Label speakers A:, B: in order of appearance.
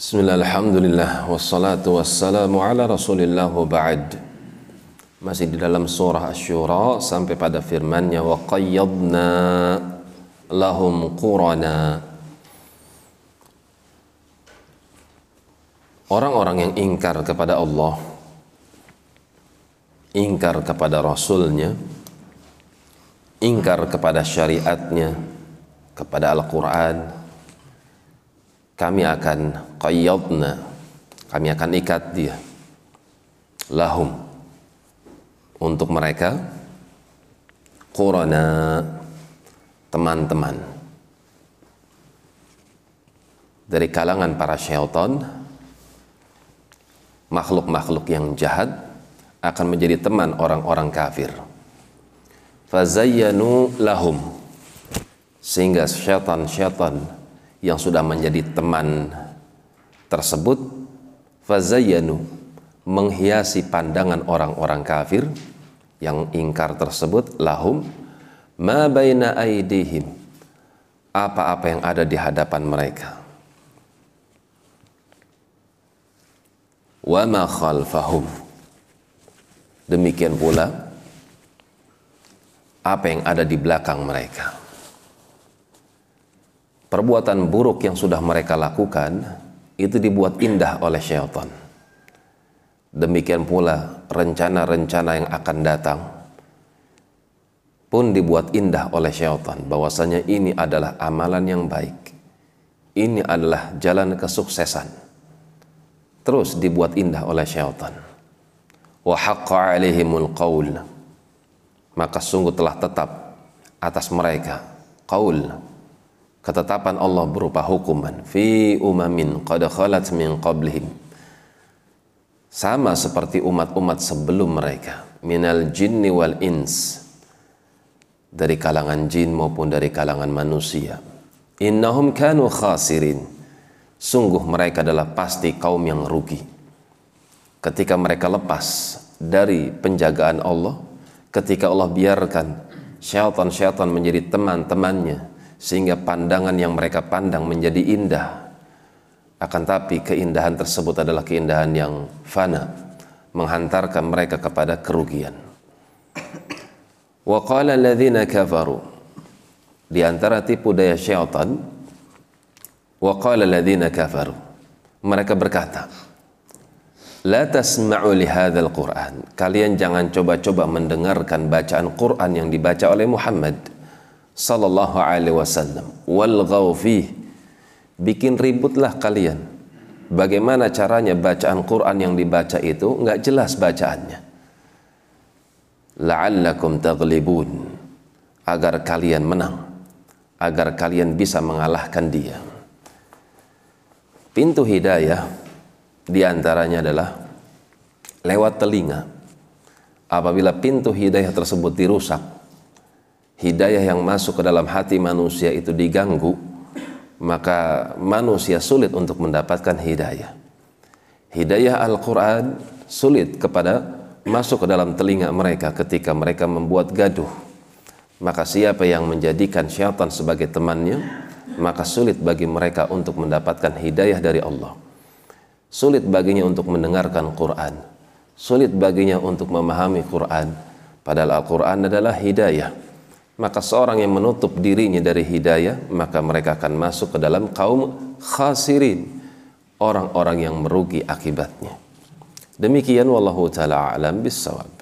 A: Bismillah, alhamdulillah, wassalatu wassalamu ala rasulillah wa ba'd. Masih di dalam surah Asy-Syura sampai pada firman-Nya wa qayyadna lahum qurana. Orang-orang yang ingkar kepada Allah, ingkar kepada Rasul-Nya, ingkar kepada syariat-Nya, kepada Al-Quran, kami akan qayyadna, kami akan ikat dia lahum, untuk mereka, qurana, teman-teman dari kalangan para syaitan, makhluk-makhluk yang jahat akan menjadi teman orang-orang kafir. Fazayyanu lahum, sehingga syaitan-syaitan yang sudah menjadi teman tersebut, fazayyanu, menghiasi pandangan orang-orang kafir yang ingkar tersebut, lahum ma baina aidihim, apa-apa yang ada di hadapan mereka, wa ma khalfahum, demikian pula apa yang ada di belakang mereka. Perbuatan buruk yang sudah mereka lakukan itu dibuat indah oleh syaitan. Demikian pula rencana-rencana yang akan datang pun dibuat indah oleh syaitan, bahwasanya ini adalah amalan yang baik, ini adalah jalan kesuksesan. Terus dibuat indah oleh syaitan. Wa haqqa alaihimul qaul, maka sungguh telah tetap atas mereka qaul, ketetapan Allah berupa hukuman, fi umamin qad khalat min qablihim, sama seperti umat-umat sebelum mereka, minal jinni wal ins, dari kalangan jin maupun dari kalangan manusia. Innahum kanu khasirin, sungguh mereka adalah pasti kaum yang rugi. Ketika mereka lepas dari penjagaan Allah, ketika Allah biarkan syaitan-syaitan menjadi teman-temannya, sehingga pandangan yang mereka pandang menjadi indah, akan tapi keindahan tersebut adalah keindahan yang fana, menghantarkan mereka kepada kerugian. Wa qala alladhina kafaru, di antara tipu daya syaitan, wa qala alladhina kafaru, mereka berkata, la tasma'u li hadzal Qur'an, kalian jangan coba-coba mendengarkan bacaan Quran yang dibaca oleh Muhammad sallallahu alaihi wasallam, walghaw fih, bikin ributlah kalian. Bagaimana caranya bacaan Quran yang dibaca itu nggak jelas bacaannya. La'allakum taghlibun, agar kalian menang, agar kalian bisa mengalahkan dia. Pintu hidayah diantaranya adalah lewat telinga. Apabila pintu hidayah tersebut dirusak, hidayah yang masuk ke dalam hati manusia itu diganggu, maka manusia sulit untuk mendapatkan hidayah. Hidayah Al-Quran sulit masuk ke dalam telinga mereka ketika mereka membuat gaduh. Maka siapa yang menjadikan syaitan sebagai temannya, maka sulit bagi mereka untuk mendapatkan hidayah dari Allah. Sulit baginya untuk mendengarkan Quran, sulit baginya untuk memahami Quran, padahal Al-Quran adalah hidayah. Maka seorang yang menutup dirinya dari hidayah, maka mereka akan masuk ke dalam kaum khasirin, orang-orang yang merugi akibatnya. Demikian wallahu ta'ala a'lam bissawab.